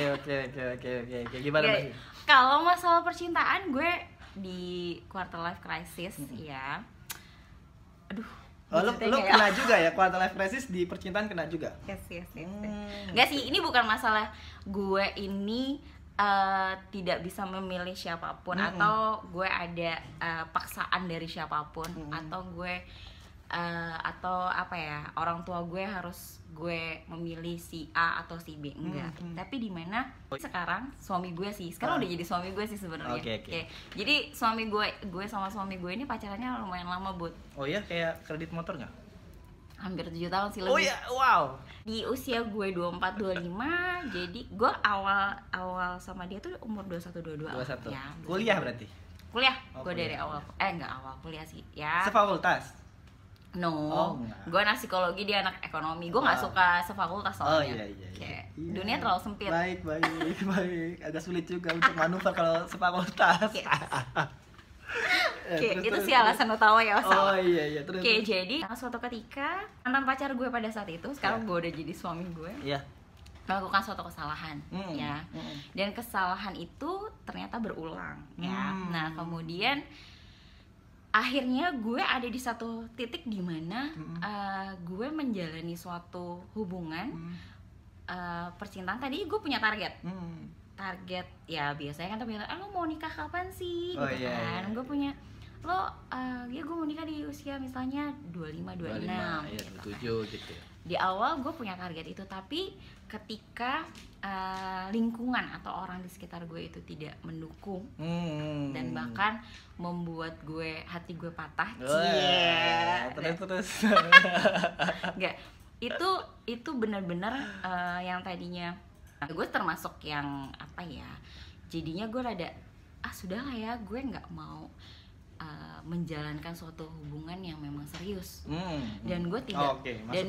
Oke. Gimana Mbak? Kalau masalah percintaan, gue di quarter life crisis ya. Aduh. Lo kena juga ya, quarter life crisis di percintaan kena juga? Yes. Enggak sih, ini bukan masalah gue ini tidak bisa memilih siapapun, atau gue ada paksaan dari siapapun, atau gue atau apa ya, orang tua gue harus gue memilih si A atau si B, enggak. Tapi di mana sekarang suami gue sih, sekarang udah jadi suami gue sih sebenarnya. Okay. Jadi gue sama suami gue ini pacarannya lumayan lama, Bud. Oh iya, kayak kredit motor nggak? Hampir 7 tahun sih lebih. Oh iya, wow. Di usia gue 24-25, jadi gue awal sama dia tuh umur 21-22. Ya, kuliah berarti? Kuliah, gue dari awal, enggak awal kuliah sih ya. Sefakultas? No, gue anak psikologi, dia anak ekonomi. Gue nggak suka sefakultas soalnya. Iya. Dunia terlalu sempit. Baik. Agak sulit juga untuk manuver kalau sefakultas. Oke, itu sih alasan utama ya masalah. Oh iya, terus. Oke, jadi suatu ketika mantan pacar gue pada saat itu, sekarang gue udah jadi suami gue. Iya. Melakukan suatu kesalahan, ya. Dan kesalahan itu ternyata berulang, ya. Nah, kemudian akhirnya gue ada di satu titik di mana gue menjalani suatu hubungan percintaan. Tadi gue punya target ya, biasanya kan tapi lo mau nikah kapan sih gitu kan. Gue punya gue mau nikah di usia misalnya 25-26 gitu. 27 gitu. Di awal gue punya target itu, tapi ketika lingkungan atau orang di sekitar gue itu tidak mendukung dan bahkan membuat hati gue patah. Terus Enggak, itu benar-benar yang tadinya gue termasuk yang apa ya, jadinya gue rada sudahlah ya, gue nggak mau menjalankan suatu hubungan yang memang serius. Dan gue tidak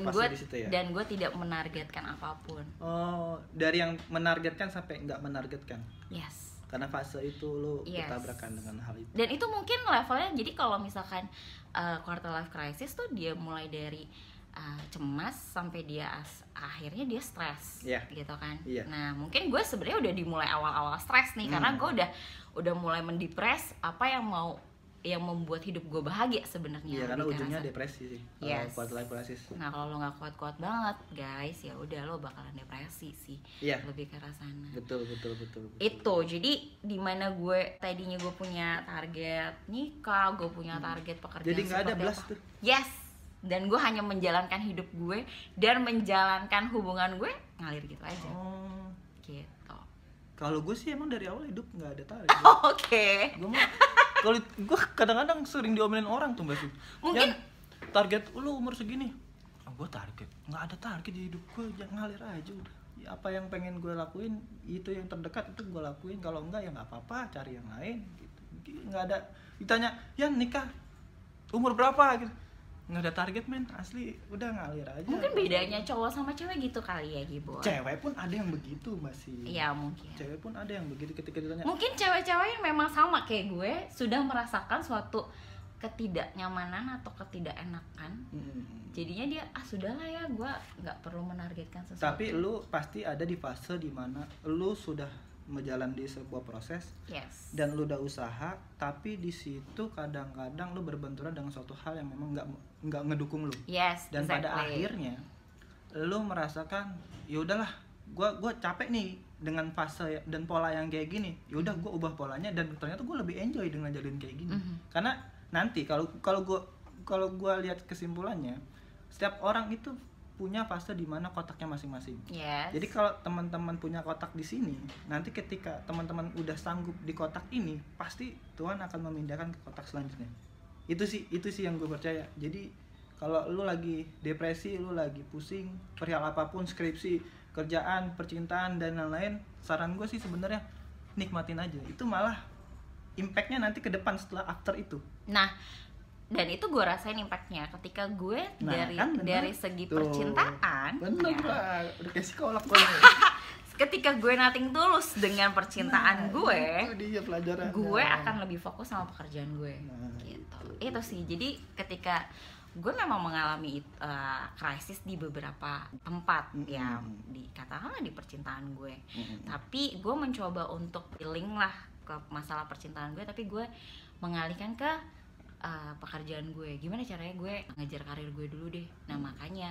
dan gue tidak menargetkan apapun. Dari yang menargetkan sampai nggak menargetkan. Yes. Karena fase itu lo bertabrakan dengan hal itu. Dan itu mungkin levelnya, jadi kalau misalkan quarter life crisis tuh dia mulai dari cemas sampai dia akhirnya dia stres, gitu kan. Nah mungkin gue sebenarnya udah dimulai awal-awal stres nih, karena gue udah mulai mendepres apa yang membuat hidup gue bahagia sebenarnya. Iya, karena ujungnya depresi sih. Quarter life crisis. Nah kalau lo nggak kuat-kuat banget guys, ya udah lo bakalan depresi sih. Lebih ke arah sana. Betul. Itu jadi dimana gue tadinya gue punya target nikah, gue punya target pekerjaan. Jadi nggak ada blast tuh. Yes. Dan gue hanya menjalankan hidup gue dan menjalankan hubungan gue ngalir gitu aja. Gitu. Kalau gue sih emang dari awal hidup nggak ada target. Oke. Kalau gue kadang-kadang sering diomelin orang tuh Mbak Sih. Mungkin target lu umur segini. Gue target. Nggak ada target di hidup gue, jangan ngalir aja udah. Ya, apa yang pengen gue lakuin itu yang terdekat itu gue lakuin. Kalau enggak ya nggak apa-apa, cari yang lain gitu. Nggak ada ditanya, "Ya nikah umur berapa?" gitu. Nggak ada target men, asli udah ngalir aja. Mungkin bedanya cowok sama cewek gitu kali ya Gibo. Cewek pun ada yang begitu masih. Iya mungkin. Cewek pun ada yang begitu ketika ditanya. Mungkin cewek-cewek yang memang sama kayak gue sudah merasakan suatu ketidaknyamanan atau ketidakenakan. Jadinya dia sudahlah ya, gue nggak perlu menargetkan sesuatu. Tapi lu pasti ada di fase dimana lu sudah menjalani di sebuah proses, dan lu udah usaha, tapi di situ kadang-kadang lu berbenturan dengan suatu hal yang memang nggak ngedukung lu. Dan pada akhirnya lu merasakan ya udahlah, gua capek nih dengan fase dan pola yang kayak gini. Ya udah gua ubah polanya, dan ternyata gua lebih enjoy dengan jalin kayak gini. Karena nanti kalau gua lihat kesimpulannya, setiap orang itu punya fase di mana kotaknya masing-masing. Jadi kalau teman-teman punya kotak di sini, nanti ketika teman-teman udah sanggup di kotak ini, pasti Tuhan akan memindahkan ke kotak selanjutnya. Itu sih yang gue percaya. Jadi kalau lu lagi depresi, lu lagi pusing perihal apapun, skripsi, kerjaan, percintaan dan lain-lain, saran gue sih sebenarnya nikmatin aja. Itu malah impactnya nanti ke depan setelah after itu. Nah, dan itu gue rasain impactnya ketika gue dari segi percintaan. Udah kayak psikolog. Ketika gue nothing tulus dengan percintaan gue akan lebih fokus sama pekerjaan gue. Gitu. Itu sih. Jadi ketika gue memang mengalami krisis di beberapa tempat, ya katakanlah di percintaan gue. Tapi gue mencoba untuk healing lah ke masalah percintaan gue, tapi gue mengalihkan ke pekerjaan gue. Gimana caranya gue ngejar karir gue dulu deh. Nah makanya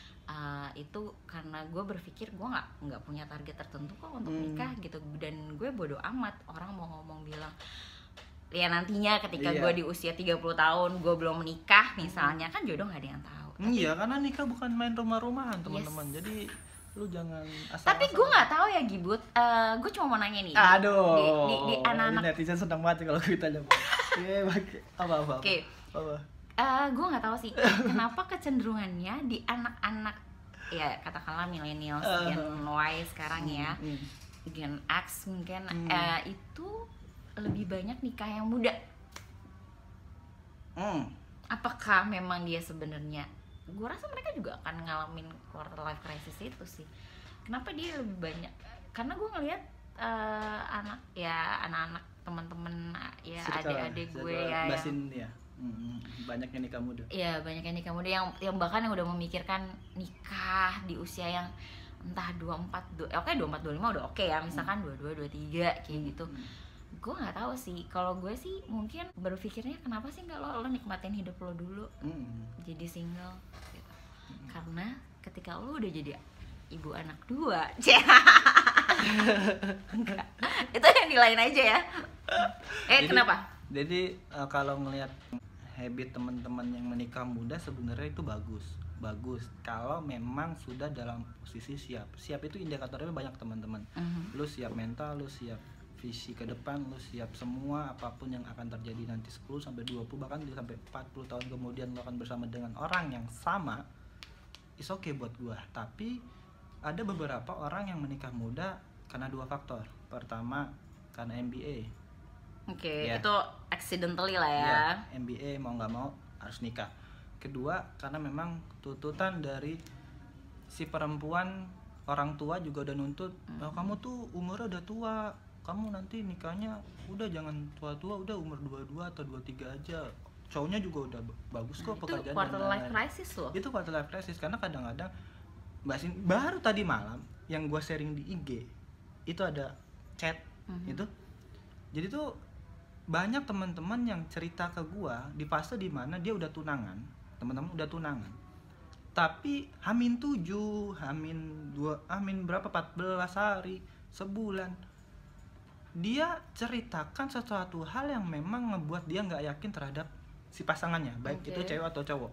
itu karena gue berpikir gue nggak punya target tertentu kok untuk nikah gitu, dan gue bodo amat orang mau ngomong bilang ya nantinya ketika gue di usia 30 tahun gue belum menikah misalnya, kan jodoh nggak ada yang tahu. Iya, karena nikah bukan main rumah-rumahan teman-teman. Jadi lu jangan asal. Tapi gue nggak tahu ya Gibut, gue cuma mau nanya nih. Di anak-anak netizen sedang mati kalau kita jawab. Apa? Oke. Gue nggak tahu sih kenapa kecenderungannya di anak-anak ya katakanlah millennials, Gen Y sekarang ya, Gen X mungkin itu lebih banyak nikah yang muda. Apakah memang dia sebenarnya? Gue rasa mereka juga akan ngalamin quarter life crisis itu sih. Kenapa dia lebih banyak? Karena gue ngelihat anak-anak teman-teman ya, adik-adik gue ya banyak yang nikah muda. Iya, banyak yang nikah muda yang bahkan yang udah memikirkan nikah di usia yang entah 24, 25 udah oke ya, misalkan 22, 23 kayak gitu. Gue nggak tahu sih. Kalau gue sih mungkin berpikirnya kenapa sih nggak lo nikmatin hidup lo dulu, jadi single gitu. Karena ketika lo udah jadi ibu anak 2, itu yang di lain aja ya. Kenapa? Jadi kalau ngelihat habit teman-teman yang menikah muda sebenarnya itu bagus. bagus kalau memang sudah dalam posisi siap. Siap itu indikatornya banyak teman-teman. Lu siap mental, lu siap visi ke depan, lu siap semua apapun yang akan terjadi nanti 10 sampai 20 bahkan sampai 40 tahun kemudian lu akan bersama dengan orang yang sama. It's okay buat gua. Tapi ada beberapa orang yang menikah muda karena 2 faktor. Pertama karena MBA. Oke, Ya. itu accidentally lah ya. Iya, MBA mau nggak mau harus nikah. Kedua karena memang tuntutan dari si perempuan, orang tua juga udah nuntut, "Oh, kamu tuh umurnya udah tua, kamu nanti nikahnya udah jangan tua-tua, udah umur 22 atau 23 aja." Cowoknya juga udah bagus kok Itu pekerjaan quarter dan life lain-lain. crisis loh. Itu quarter life crisis karena kadang-kadang Mbak Sin baru tadi malam yang gue sharing di IG itu ada chat itu. Jadi tuh banyak teman-teman yang cerita ke gue di fase dimana dia udah tunangan, teman-teman udah tunangan. Tapi Hamin 7, Hamin 2, Hamin berapa 14 hari, sebulan. Dia ceritakan sesuatu hal yang memang ngebuat dia nggak yakin terhadap si pasangannya, baik itu cewek atau cowok.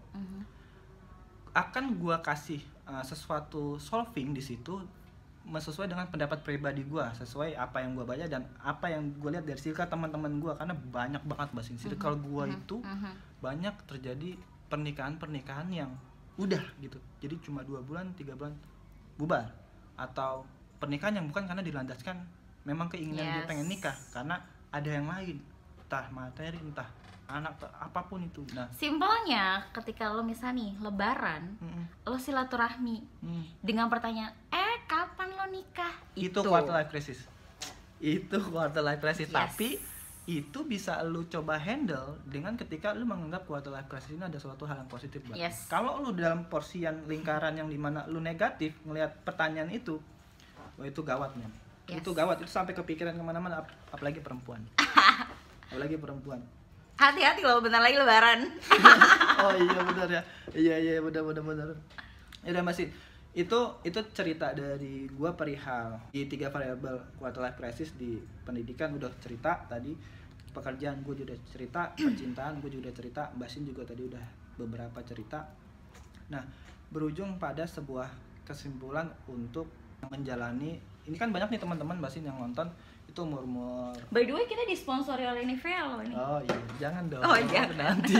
Akan gua kasih sesuatu solving di situ sesuai dengan pendapat pribadi gua, sesuai apa yang gua baca dan apa yang gua lihat dari circle teman-teman gua, karena banyak banget bahas circle gua itu banyak terjadi pernikahan yang udah gitu. Jadi cuma 2 bulan, 3 bulan bubar, atau pernikahan yang bukan karena dilandaskan memang keinginan dia pengen nikah, karena ada yang lain, entah materi, entah anak, apapun itu. Nah, Simpelnya ketika lo misalnya nih lebaran, lo silaturahmi dengan pertanyaan, kapan lo nikah? itu quarter life crisis. Itu quarter life crisis. Yes. Tapi itu bisa lu coba handle dengan ketika lu menganggap quarter life crisis ini ada suatu hal yang positif banget. Yes. Kalau lu dalam porsian lingkaran yang dimana lu negatif ngelihat pertanyaan itu, wah itu gawat men. Yes. Itu gawat, itu sampai kepikiran kemana-mana, apalagi perempuan. Apalagi perempuan. Hati-hati loh, bentar lagi lebaran. Oh iya benar ya. Iya benar. Ya udah masih itu cerita dari gua perihal di 3 variabel quarter life crisis. Di pendidikan udah cerita tadi, pekerjaan gua juga cerita, percintaan gua juga cerita, Mbak Sin juga tadi udah beberapa cerita. Nah, berujung pada sebuah kesimpulan untuk menjalani ini. Kan banyak nih teman-teman Mbak Sin yang nonton itu umur By the way, kita disponsori oleh Nivea loh ini. oh iya jangan dong. Oh, jangan. Nanti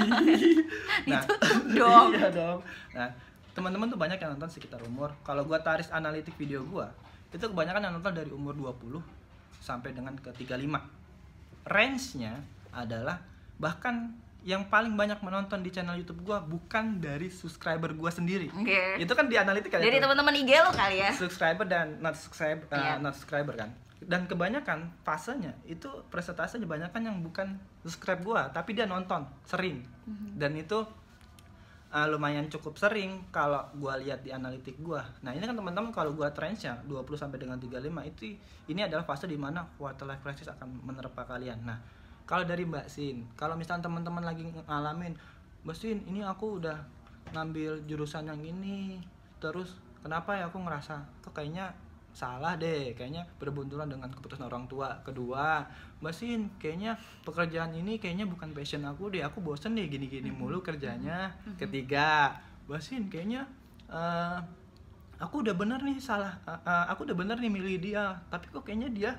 nah Ditutup dong. iya dong. Nah, teman-teman tuh banyak yang nonton sekitar umur, kalau gua tarik analitik video gua itu kebanyakan yang nonton dari umur 20 sampai dengan ke 35. Range-nya adalah bahkan yang paling banyak menonton di channel YouTube gua bukan dari subscriber gua sendiri. Oke. Itu kan di analitik kan. Dari itu. teman-teman IG lo kali ya. Subscriber dan not subscriber kan. Dan kebanyakan fasenya itu presentasenya banyakan yang bukan subscribe gua tapi dia nonton sering. Dan itu lumayan cukup sering kalau gua lihat di analitik gua. Nah, ini kan teman-teman kalau gua range-nya 20 sampai dengan 35 itu ini adalah fase di mana quarter life crisis akan menerpa kalian. Nah, kalau dari Mbak Sin, kalau misalnya teman-teman lagi ngalamin, Mbak Sin, ini aku udah ngambil jurusan yang ini, terus kenapa ya aku ngerasa kok kayaknya salah deh, kayaknya berbenturan dengan keputusan orang tua. Kedua, Mbak Sin, kayaknya pekerjaan ini kayaknya bukan passion aku deh, aku bosen deh gini-gini mulu kerjanya. Ketiga, Mbak Sin, kayaknya aku udah bener nih aku udah bener nih milih dia, tapi kok kayaknya dia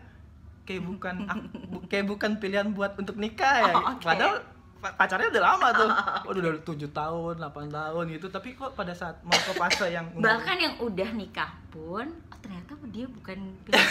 kayak bukan pilihan buat untuk nikah ya. Padahal pacarnya udah lama tuh. Udah 7 tahun, 8 tahun gitu, tapi kok pada saat mau ke fase yang Bahkan yang udah nikah pun ternyata dia bukan pilihan.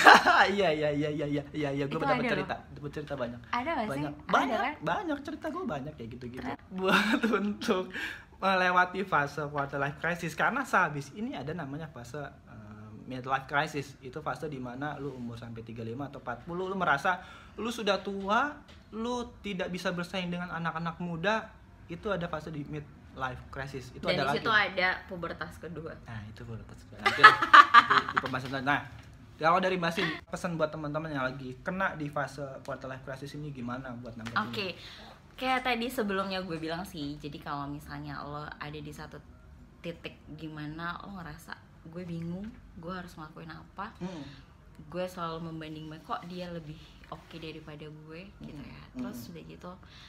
iya gue Itu dapat ada cerita banyak. Ada nggak sih? Banyak Ada kan? banyak cerita gue banyak kayak gitu buat untuk melewati fase quarter life crisis. Karena sehabis ini ada namanya fase midlife crisis. Itu fase dimana lu umur sampai 35 atau 40 lu merasa lu sudah tua, lu tidak bisa bersaing dengan anak-anak muda. Itu ada fase di midlife crisis. Itu Dan ada di situ lagi. ada pubertas kedua. Nah, itu baru nanti di pembahasan. Nah, kalau dari Mbak Sin, pesan buat teman-teman yang lagi kena di fase quarter life crisis ini gimana buat nanggepinnya? Oke, kayak tadi sebelumnya gue bilang sih, jadi kalau misalnya lo ada di satu titik gimana lo ngerasa gue bingung, gue harus ngelakuin apa, gue selalu membandingkan kok dia lebih oke daripada gue gitu ya. Terus udah gitu,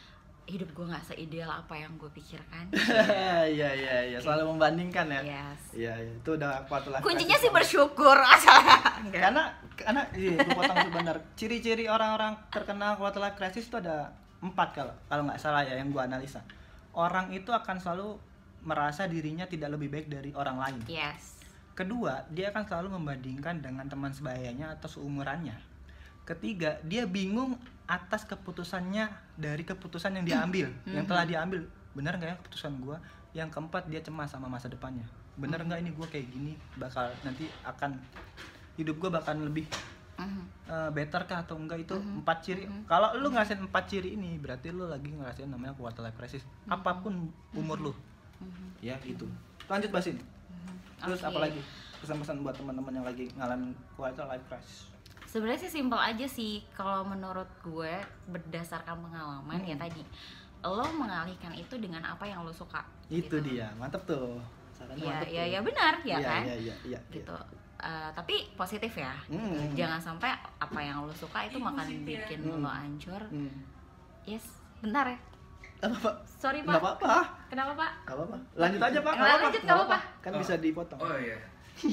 hidup gue nggak seideal apa yang gue pikirkan. Iya, selalu membandingkan ya. Yes. Iya, itu udah quarter life Kuncinya crisis. sih bersyukur. Karena iya, gue potong sebentar. Ciri-ciri orang-orang terkena quarter life crisis itu ada 4 kalau nggak salah ya yang gue analisa. Orang itu akan selalu merasa dirinya tidak lebih baik dari orang lain. Yes. Kedua, dia akan selalu membandingkan dengan teman sebayanya atau seumurannya. Ketiga, dia bingung atas keputusannya dari keputusan yang diambil, yang telah diambil. Benar nggak ya keputusan gue? Yang keempat, dia cemas sama masa depannya. Benar nggak ini gue kayak gini bakal nanti akan hidup gue bakal lebih better kah atau enggak? Itu 4 ciri. Kalau lu ngerasain 4 ciri ini, berarti lu lagi ngerasain namanya quarter life crisis. Apapun umur lu. Ya gitu. Lanjut Basin. Terus Oke. apa lagi pesan-pesan buat teman-teman yang lagi ngalamin quarter life crisis? Sebenarnya sih simpel aja sih kalau menurut gue berdasarkan pengalaman ya tadi. Lo mengalihkan itu dengan apa yang lo suka. Itu gitu. dia, mantep tuh. Sarannya Iya, mantep iya, tuh. iya benar ya Iya, kan? Iya. Gitu. Tapi positif ya. Hmm. Jangan sampai apa yang lo suka itu makan bikin lo hancur. Yes, bentar ya. Apa Pak? Sorry Nggak Pak. apa-apa. Kenapa Pak? Nggak apa-apa. Lanjut aja Pak. Lanjut, nggak apa-apa. Kan bisa dipotong. Oh iya.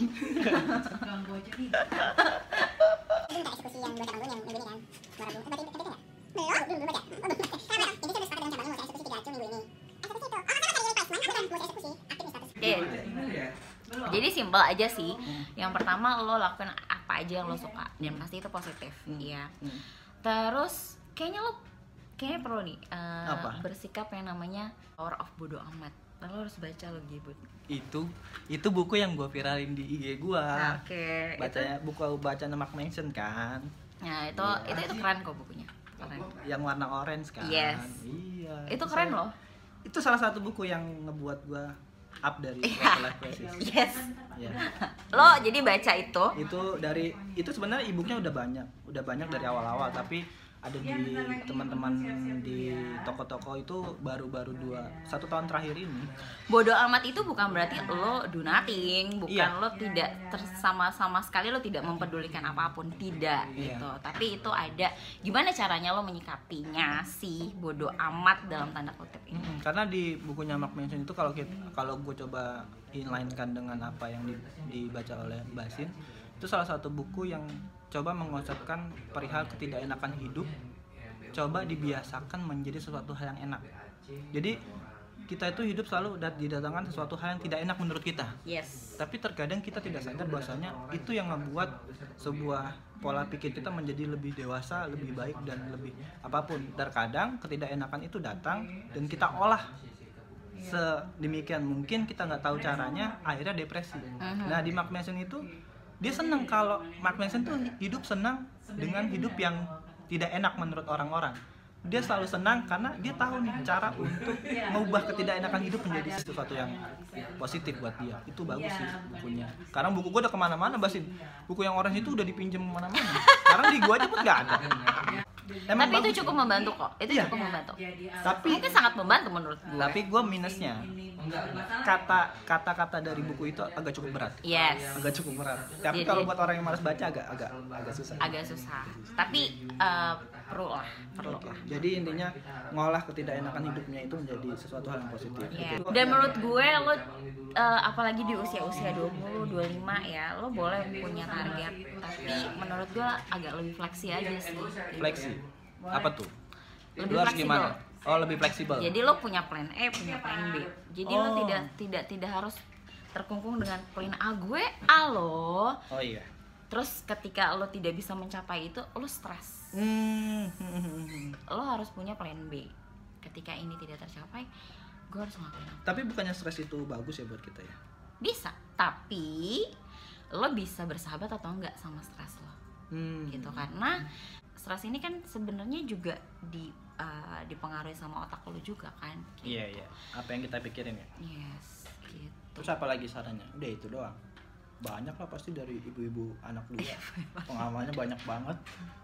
Ganggu aja nih. Belum tak eksekusi yang 2 cabang dulu yang minggu ini kan? 2 Rabu. Berarti enggak? Belum baca. Sama. Jadi saya sepakat dengan cabang dulu saya eksekusi 3 Acung minggu ini. Eksekusi itu. Oh, sama tadi replacement. Aku kan mau eksekusi. Aktif status. Oke. Gimana ya? Jadi simpel aja sih. Yang pertama lo lakukan apa aja yang lo suka dan pasti itu positif, iya. Terus kayaknya perlu nih Apa? bersikap yang namanya Power of Bodo Amat. Lo harus baca lo Gibut. Itu buku yang gue viralin di IG gue. Oke. Bacanya buku bacaan Mark Manson kan. Nah itu keren kok bukunya. Keren. Yang warna orange kan. Yes. Iya. Itu keren loh. Itu salah satu buku yang ngebuat gue up dari quarter life crisis. Yes. Iya. Lo jadi baca itu. Itu sebenarnya e-booknya udah banyak dari awal-awal, tapi ada di teman-teman di toko-toko itu baru 1 tahun terakhir ini. Bodo amat itu bukan berarti lo do nothing, bukan Iya. lo tidak sama sekali lo tidak mempedulikan apapun, tidak Iya. gitu. Tapi itu ada gimana caranya lo menyikapinya sih bodo amat dalam tanda kutip ini. Karena di bukunya Mark Manson itu kalau gue coba inline-kan dengan apa yang dibaca oleh Basin, itu salah satu buku yang coba mengonsepkan perihal ketidakenakan hidup, coba dibiasakan menjadi sesuatu hal yang enak. Jadi kita itu hidup selalu didatangkan sesuatu hal yang tidak enak menurut kita. Yes. Tapi terkadang kita tidak sadar bahwasanya itu yang membuat sebuah pola pikir kita menjadi lebih dewasa, lebih baik dan lebih apapun. Terkadang ketidakenakan itu datang dan kita olah sedemikian mungkin, kita nggak tahu caranya, akhirnya depresi. Nah di Mark Manson itu dia senang kalau Mark Manson tuh hidup senang dengan hidup yang tidak enak menurut orang-orang. Dia selalu senang karena dia tahu nih cara untuk mengubah ketidakenakan hidup menjadi sesuatu yang positif buat dia. Itu bagus sih bukunya. Sekarang buku gue udah kemana-mana Basin. Buku yang orange itu udah dipinjem kemana-mana. Sekarang di gue aja pun nggak ada. Emang Tapi itu bagus. cukup membantu kok. Itu Iya. cukup membantu. Tapi Mungkin sangat membantu menurut gue. tapi gue minusnya kata-kata dari buku itu agak cukup berat. Yes. Agak cukup berat. Tapi Jadi- kalau buat orang yang malas baca agak susah. Agak susah. Tapi perlu lah. Oke. Jadi intinya ngolah ketidakenakan hidupnya itu menjadi sesuatu hal yang positif. Iya. Itu- Dan menurut gue lo apalagi di usia-usia 20, 25 ya, lo boleh punya target. Tapi menurut gue agak lebih fleksi aja sih. fleksi. Apa tuh? Lebih Lu harus fleksibel. gimana? Oh, lebih fleksibel. Jadi lo punya plan A, punya plan B. Jadi lo Oh. tidak harus terkungkung dengan plan A. Gue A lo. Oh iya. Terus ketika lo tidak bisa mencapai itu, lo stres. Lo harus punya plan B. Ketika ini tidak tercapai, gue harus ngelakuin apa? Tapi bukannya stres itu bagus ya buat kita ya? Bisa, tapi lo bisa bersahabat atau enggak sama stres lo, gitu. Karena stres ini kan sebenarnya juga dipengaruhi sama otak lo juga kan, gitu. Iya. Apa yang kita pikirin ya? Yes, gitu. Terus apa lagi sarannya? Udah itu doang. Banyak lah pasti dari ibu-ibu anak dua. Pengalamannya banyak banget.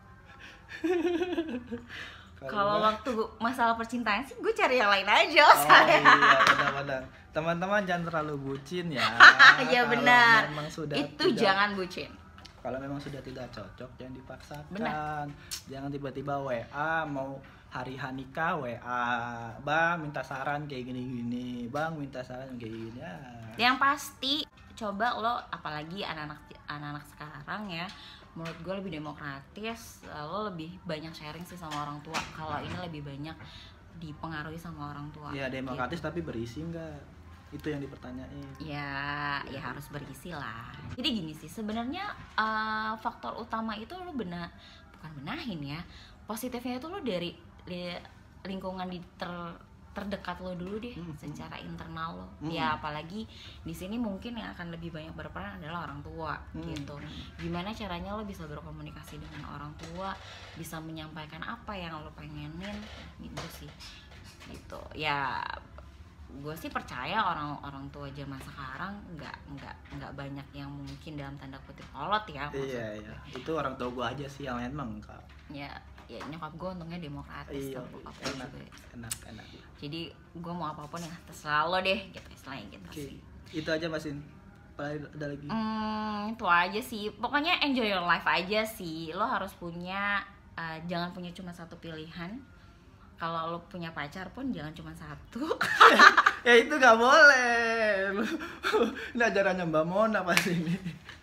Kalau waktu masalah percintaan sih gue cari yang lain aja, Oh saya. iya, benar. Teman-teman jangan terlalu bucin ya. Iya Kalau benar. memang sudah Itu tidak- jangan bucin. Kalau memang sudah tidak cocok jangan dipaksakan. Benar. Jangan tiba-tiba WA mau hari nikah WA, bang minta saran kayak gini-gini, bang minta saran kayak gini ya. Yang pasti coba lo, apalagi anak-anak sekarang ya, menurut gue lebih demokratis, lo lebih banyak sharing sih sama orang tua. Kalau ini lebih banyak dipengaruhi sama orang tua. Ya demokratis gitu. tapi berisi enggak? Itu yang dipertanyain. Ya harus berisi lah. Jadi gini sih sebenarnya, faktor utama itu lo bukan benahin ya. Positifnya itu lo dari lingkungan terdekat lo dulu deh, secara internal lo. Ya apalagi di sini mungkin yang akan lebih banyak berperan adalah orang tua gitu. Gimana caranya lo bisa berkomunikasi dengan orang tua, bisa menyampaikan apa yang lo pengenin gitu sih. Gitu. Ya gue sih percaya orang tua zaman sekarang nggak banyak yang mungkin dalam tanda kutip kolot ya. Iya. Itu orang tua gue aja sih, yang lain mah enggak. Ya nyokap gue untungnya demokratis. Iya, bokap gue enak, juga. enak. Jadi gue mau apapun ya terserah lo deh gitu, istilahnya gitu Oke, sih. itu aja Masin. Ada lagi? Itu aja sih. Pokoknya enjoy your life aja sih. Lo harus punya, jangan punya cuma satu pilihan. Kalau lo punya pacar pun jangan cuma satu. Ya itu nggak boleh. Ini ajarannya Mbak Mona pas ini.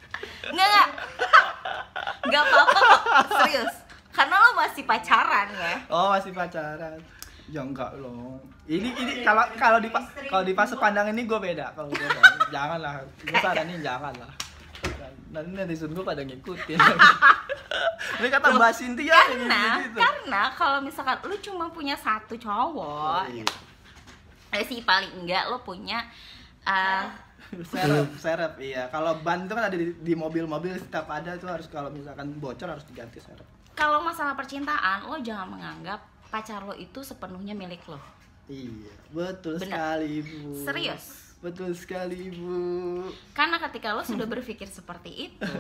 Nggak apa-apa kok, serius. Karena lo masih pacaran ya. Oh masih pacaran? Ya enggak loh. Ini kalau di fase pandang ini gue beda. Kalau gue janganlah. Gue saranin janganlah. Nanti netizen gue pada ngikutin. Ini kata Mbak Cynthia karena kalau misalkan lu cuma punya satu cowok, sih paling enggak lo punya serep iya. Kalau ban itu kan ada di mobil-mobil, setiap ada itu harus, kalau misalkan bocor harus diganti serep. Kalau masalah percintaan, lo jangan menganggap pacar lo itu sepenuhnya milik lo. Iya, betul. Bener. Sekali Bu. Serius. Betul sekali Bu. Karena ketika lo sudah berpikir seperti itu,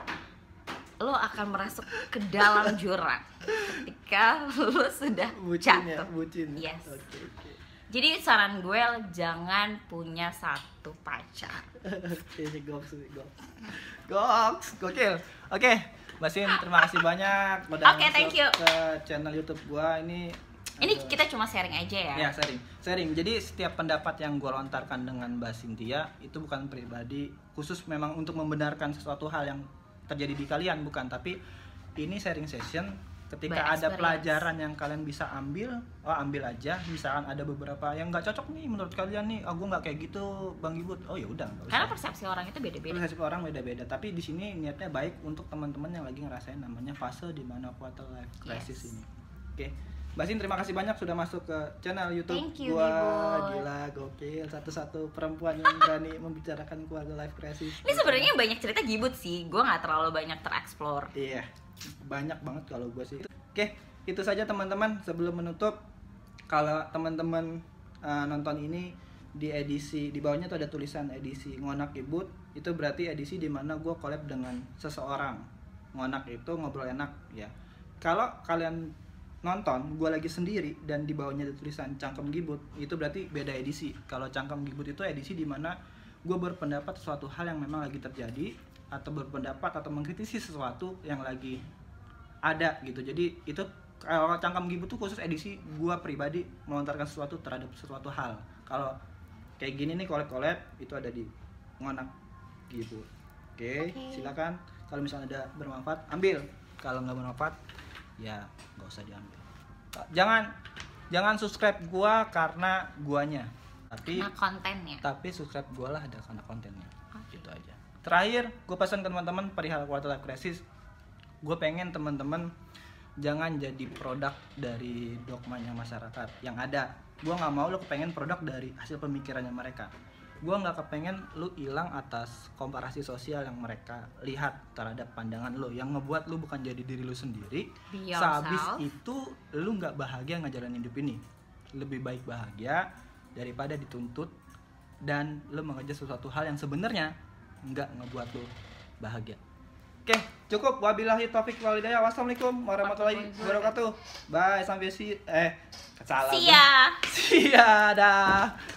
lo akan merasuk ke dalam jurang ketika lo sudah jatuh. Bucin. Yes. Oke. Jadi saran gue, jangan punya satu pacar. Ini goks. Gokil. Oke, Basin, terima kasih banyak udah Oke, thank you. ke channel YouTube gua ini. Kita cuma sharing aja ya. Ya, sharing. Jadi setiap pendapat yang gue lontarkan dengan Mbak Cynthia itu bukan pribadi, khusus memang untuk membenarkan sesuatu hal yang terjadi di kalian, bukan. Tapi ini sharing session. Ketika ada pelajaran yang kalian bisa ambil aja. Misalkan ada beberapa yang nggak cocok nih menurut kalian nih, gue nggak kayak gitu, Bang Gibut. Oh ya udah. Karena persepsi orang itu beda-beda. Persepsi orang beda-beda. Tapi di sini niatnya baik untuk teman-teman yang lagi ngerasain namanya fase di mana quarter life crisis ini. Oke. Mbak Sin, terima kasih banyak sudah masuk ke channel YouTube. Thank you, gua. Gibut. Gila, gokil. Satu-satu perempuan yang berani membicarakan quarter life crisis. Ini sebenarnya banyak cerita Gibut sih. Gue nggak terlalu banyak tereksplor. Iya, banyak banget kalau gue sih. Oke, itu saja teman-teman. Sebelum menutup, kalau teman-teman nonton ini di edisi, di bawahnya tuh ada tulisan edisi Ngonak Gibut. Itu berarti edisi di mana gue collab dengan seseorang. Ngonak itu ngobrol enak ya. Kalau kalian nonton gue lagi sendiri dan di bawahnya ada tulisan Cangkem Gibut, itu berarti beda edisi. Kalau Cangkem Gibut itu edisi di mana gue berpendapat sesuatu hal yang memang lagi terjadi, atau berpendapat atau mengkritisi sesuatu yang lagi ada gitu. Jadi itu kalau Cangkem Gibut itu khusus edisi gue pribadi melontarkan sesuatu terhadap sesuatu hal. Kalau kayak gini nih collab itu ada di Ngonak Gibut. Oke. Silakan. Kalau misalnya ada bermanfaat ambil. Kalau nggak bermanfaat ya nggak usah diambil. Jangan subscribe gua karena guanya, tapi Karena kontennya. Tapi subscribe gua lah ada karena kontennya. Gitu aja. Terakhir, gue pesan ke teman-teman perihal quarter life crisis. Gue pengen teman-teman jangan jadi produk dari dogmanya masyarakat yang ada. Gue nggak mau lo kepengen produk dari hasil pemikirannya mereka. Gue nggak kepengen lu hilang atas komparasi sosial yang mereka lihat terhadap pandangan lu, yang ngebuat lu bukan jadi diri lu sendiri. Sehabis itu lu nggak bahagia ngejalanin hidup ini. Lebih baik bahagia daripada dituntut dan lu mengejar sesuatu hal yang sebenarnya nggak ngebuat lu bahagia. Oke, cukup. Wabillahi taufik wal hidayah. Wassalamualaikum warahmatullahi wabarakatuh. Bye, sampai Sia, dah.